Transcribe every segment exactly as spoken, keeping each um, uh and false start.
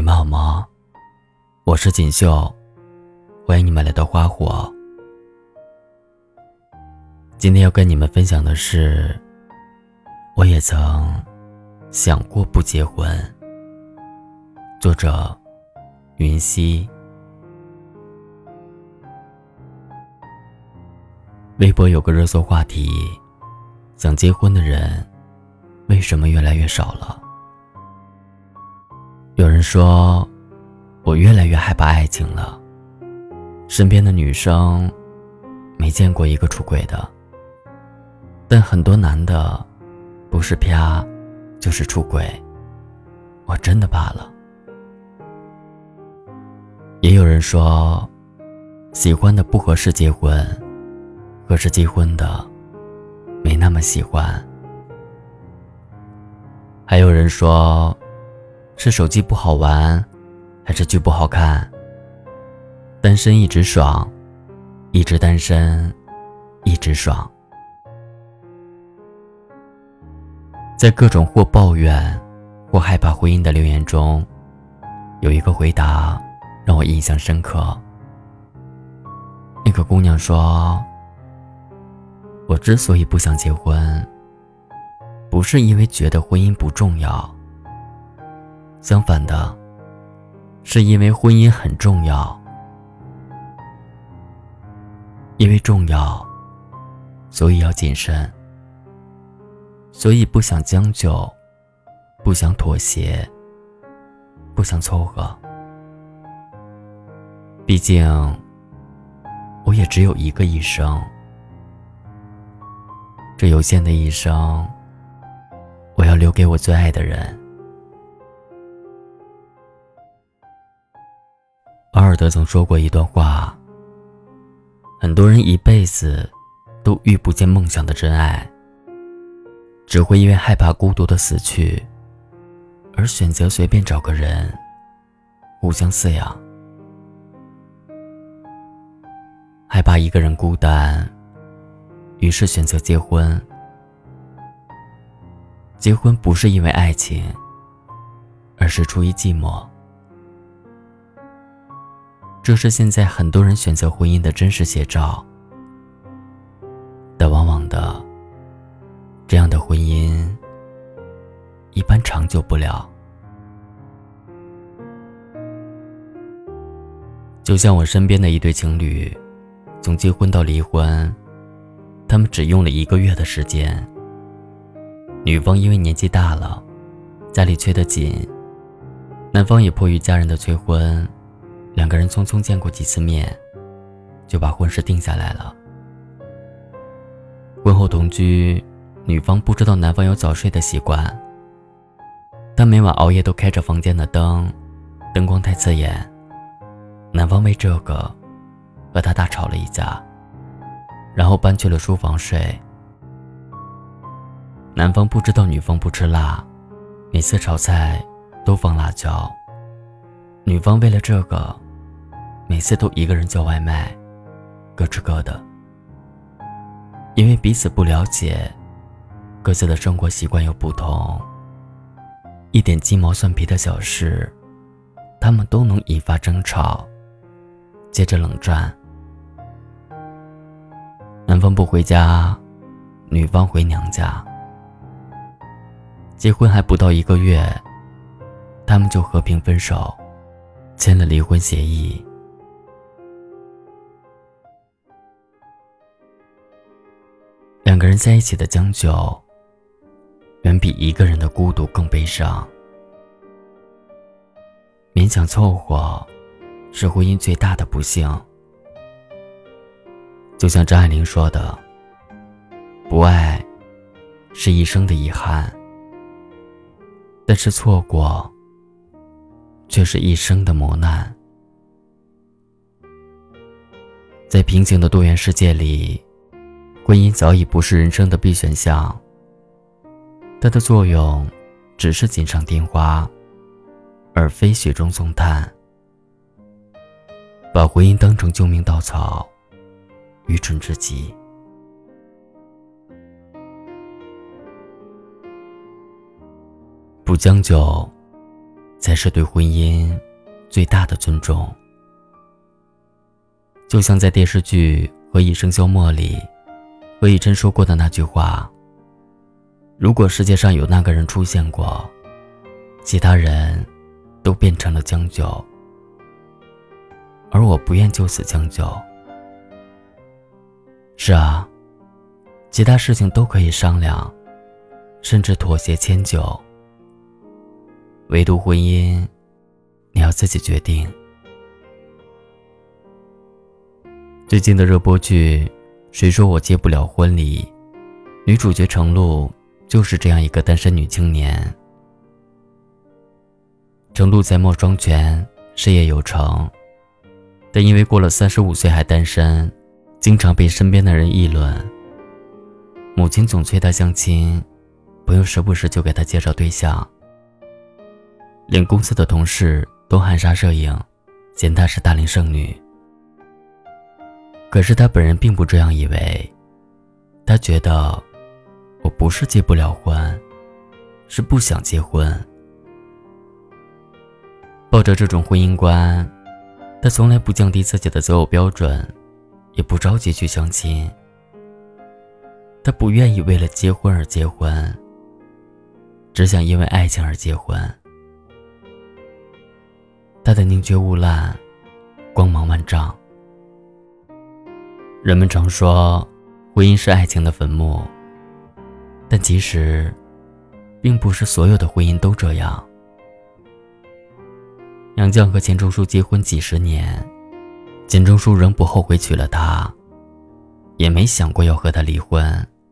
你们好吗？我是锦绣，欢迎你们来到花火。今天要跟你们分享的是，我也曾想过不结婚。作者云溪。微博有个热搜话题，想结婚的人为什么越来越少了？有人说，我越来越害怕爱情了，身边的女生没见过一个出轨的，但很多男的不是啪就是出轨，我真的怕了。也有人说，喜欢的不合适结婚，合适结婚的没那么喜欢。还有人说，是手机不好玩，还是剧不好看？单身一直爽，一直单身一直爽。在各种或抱怨或害怕婚姻的留言中，有一个回答让我印象深刻。那个姑娘说，我之所以不想结婚，不是因为觉得婚姻不重要，相反的，是因为婚姻很重要。因为重要，所以要谨慎，所以不想将就，不想妥协，不想凑合。毕竟，我也只有一个一生，这有限的一生，我要留给我最爱的人。瓦尔德曾说过一段话，很多人一辈子都遇不见梦想的真爱，只会因为害怕孤独的死去，而选择随便找个人互相饲养。害怕一个人孤单，于是选择结婚。结婚不是因为爱情，而是出于寂寞。这是现在很多人选择婚姻的真实写照，但往往的，这样的婚姻一般长久不了。就像我身边的一对情侣，从结婚到离婚，他们只用了一个月的时间。女方因为年纪大了，家里缺得紧，男方也迫于家人的催婚，两个人匆匆见过几次面，就把婚事定下来了。婚后同居，女方不知道男方有早睡的习惯，他每晚熬夜都开着房间的灯，灯光太刺眼，男方为这个和他大吵了一架，然后搬去了书房睡。男方不知道女方不吃辣，每次炒菜都放辣椒，女方为了这个每次都一个人叫外卖，各吃各的。因为彼此不了解，各自的生活习惯又不同，一点鸡毛蒜皮的小事他们都能引发争吵，接着冷战。男方不回家，女方回娘家。结婚还不到一个月，他们就和平分手，签了离婚协议。两个人在一起的将就，远比一个人的孤独更悲伤。勉强凑合，是婚姻最大的不幸。就像张爱玲说的，不爱是一生的遗憾，但是错过却是一生的磨难。在平行的多元世界里，婚姻早已不是人生的必选项，它的作用只是锦上添花，而非雪中送炭。把婚姻当成救命稻草，愚蠢至极。不将就， 才是对婚姻最大的尊重。就像在电视剧《何以笙箫默》里，何以琛说过的那句话，如果世界上有那个人出现过，其他人都变成了将就，而我不愿就此将就。是啊，其他事情都可以商量，甚至妥协迁就，唯独婚姻，你要自己决定。最近的热播剧《谁说我结不了婚》里，女主角程璐就是这样一个单身女青年。程璐才貌双全，事业有成，但因为过了三十五岁还单身，经常被身边的人议论。母亲总催她相亲，朋友时不时就给她介绍对象，连公司的同事都含沙射影，嫌她是大龄剩女。可是她本人并不这样以为，她觉得我不是结不了婚，是不想结婚。抱着这种婚姻观，她从来不降低自己的择偶标准，也不着急去相亲。她不愿意为了结婚而结婚，只想因为爱情而结婚。她的宁缺毋滥，光芒万丈。人们常说婚姻是爱情的坟墓，但其实并不是所有的婚姻都这样。杨绛和钱钟书结婚几十年，钱钟书仍不后悔娶了她，也没想过要和她离婚。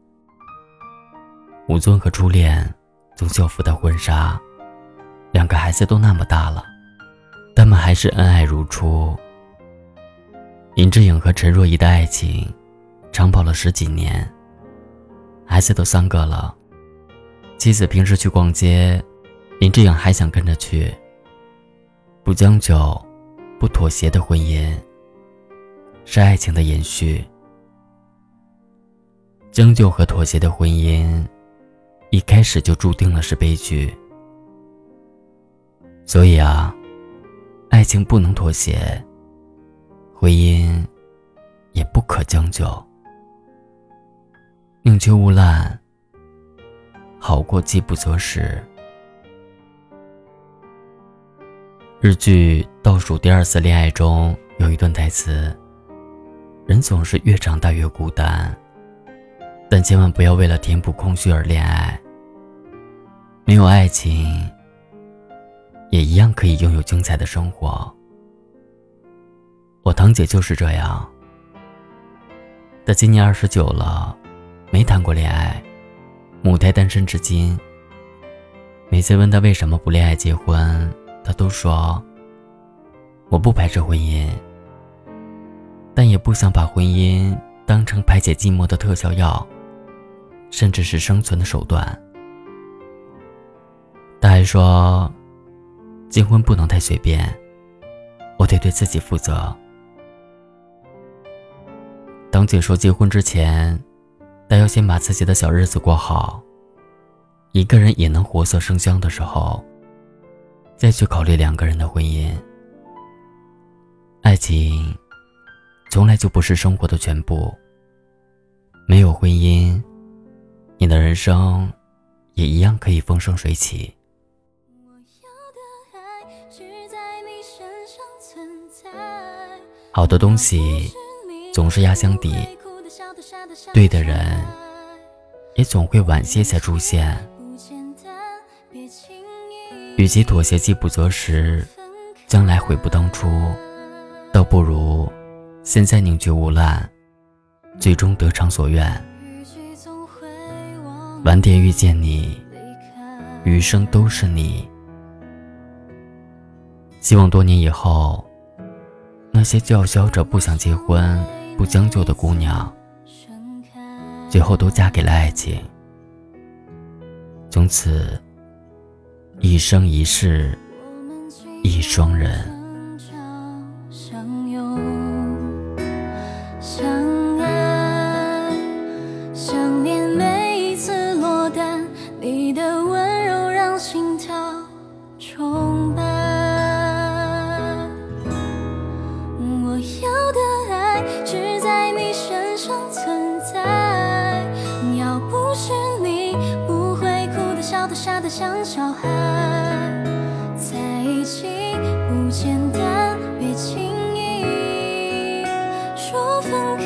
吴尊和初恋总校服的婚纱，两个孩子都那么大了，他们还是恩爱如初。林志颖和陈若仪的爱情长跑了十几年，孩子都三个了，妻子平时去逛街，林志颖还想跟着去。不将就不妥协的婚姻是爱情的延续，将就和妥协的婚姻一开始就注定了是悲剧。所以啊，爱情不能妥协，婚姻也不可将就。宁缺毋滥，好过饥不择食。日剧《倒数第二次恋爱》中有一段台词，人总是越长大越孤单，但千万不要为了填补空虚而恋爱。没有爱情，也一样可以拥有精彩的生活。我堂姐就是这样，她今年二十九了，没谈过恋爱，母胎单身至今。每次问她为什么不恋爱结婚，她都说我不排斥婚姻，但也不想把婚姻当成排解寂寞的特效药，甚至是生存的手段。她还说结婚不能太随便，我得对自己负责。当姐说结婚之前她要先把自己的小日子过好，一个人也能活色生香的时候，再去考虑两个人的婚姻。爱情从来就不是生活的全部，没有婚姻，你的人生也一样可以风生水起。好的东西总是压箱底，对的人也总会晚些才出现。与其妥协饥不择食，将来悔不当初，倒不如现在宁缺毋滥，最终得偿所愿。晚点遇见你，余生都是你。希望多年以后，那些叫嚣着不想结婚不将就的姑娘，最后都嫁给了爱情，从此一生一世一双人。 相爱想念每一次落单，你的温柔让心跳充满。 傻得像小孩。在一起不简单，别轻易说分开。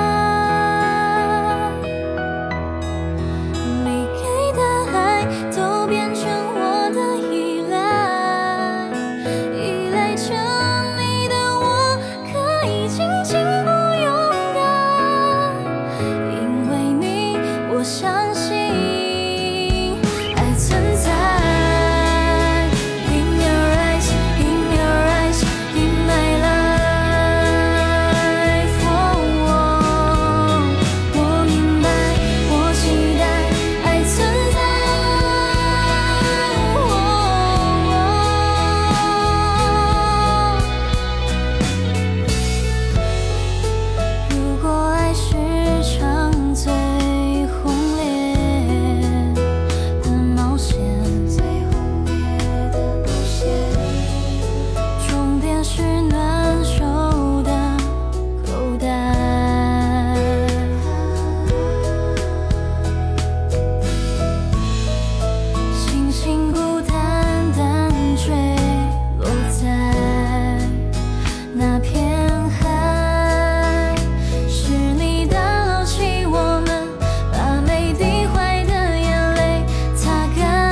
你给的爱都变成我的依赖，依赖着你的我可以尽情不勇敢，因为你我相信爱存在。In your eyes, in your eyes, in my life. 我明白，我期待爱存在。如果爱是场最轰烈的冒险，终点是暖手的口袋。星星孤单单坠落在那片海，是你打捞起我们，把每滴坏的眼泪擦干。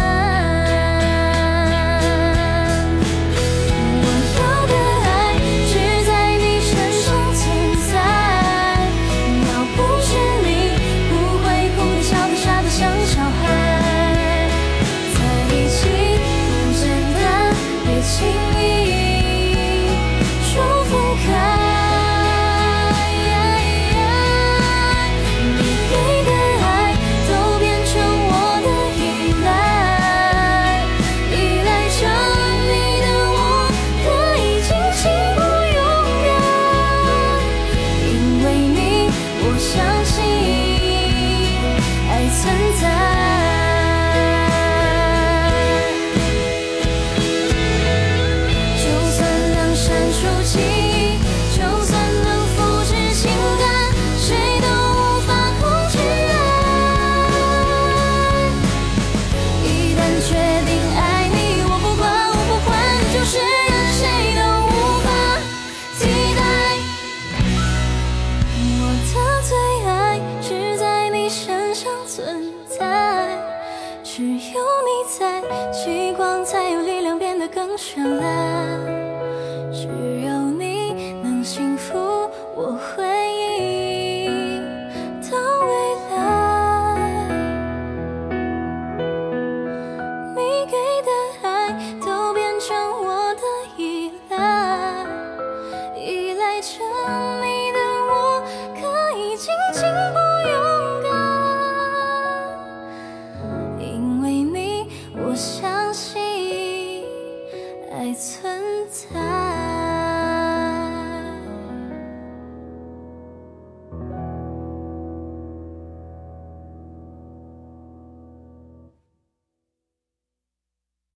我要的爱只在你身上存在，要不是你，不会哭得笑得傻得像小孩。在一起不简单，别轻易说分开。你给的爱都变成我的依赖，依赖着你的我可以尽情不勇敢，因为你我相信爱存在。就算能删除记忆，就算能复制情感，谁都无法控制爱。一旦决定爱你，我不管，我不换，就是任谁都无法替代。我的最爱只在你身上存在，只有你在，极光才有力量变得更绚烂。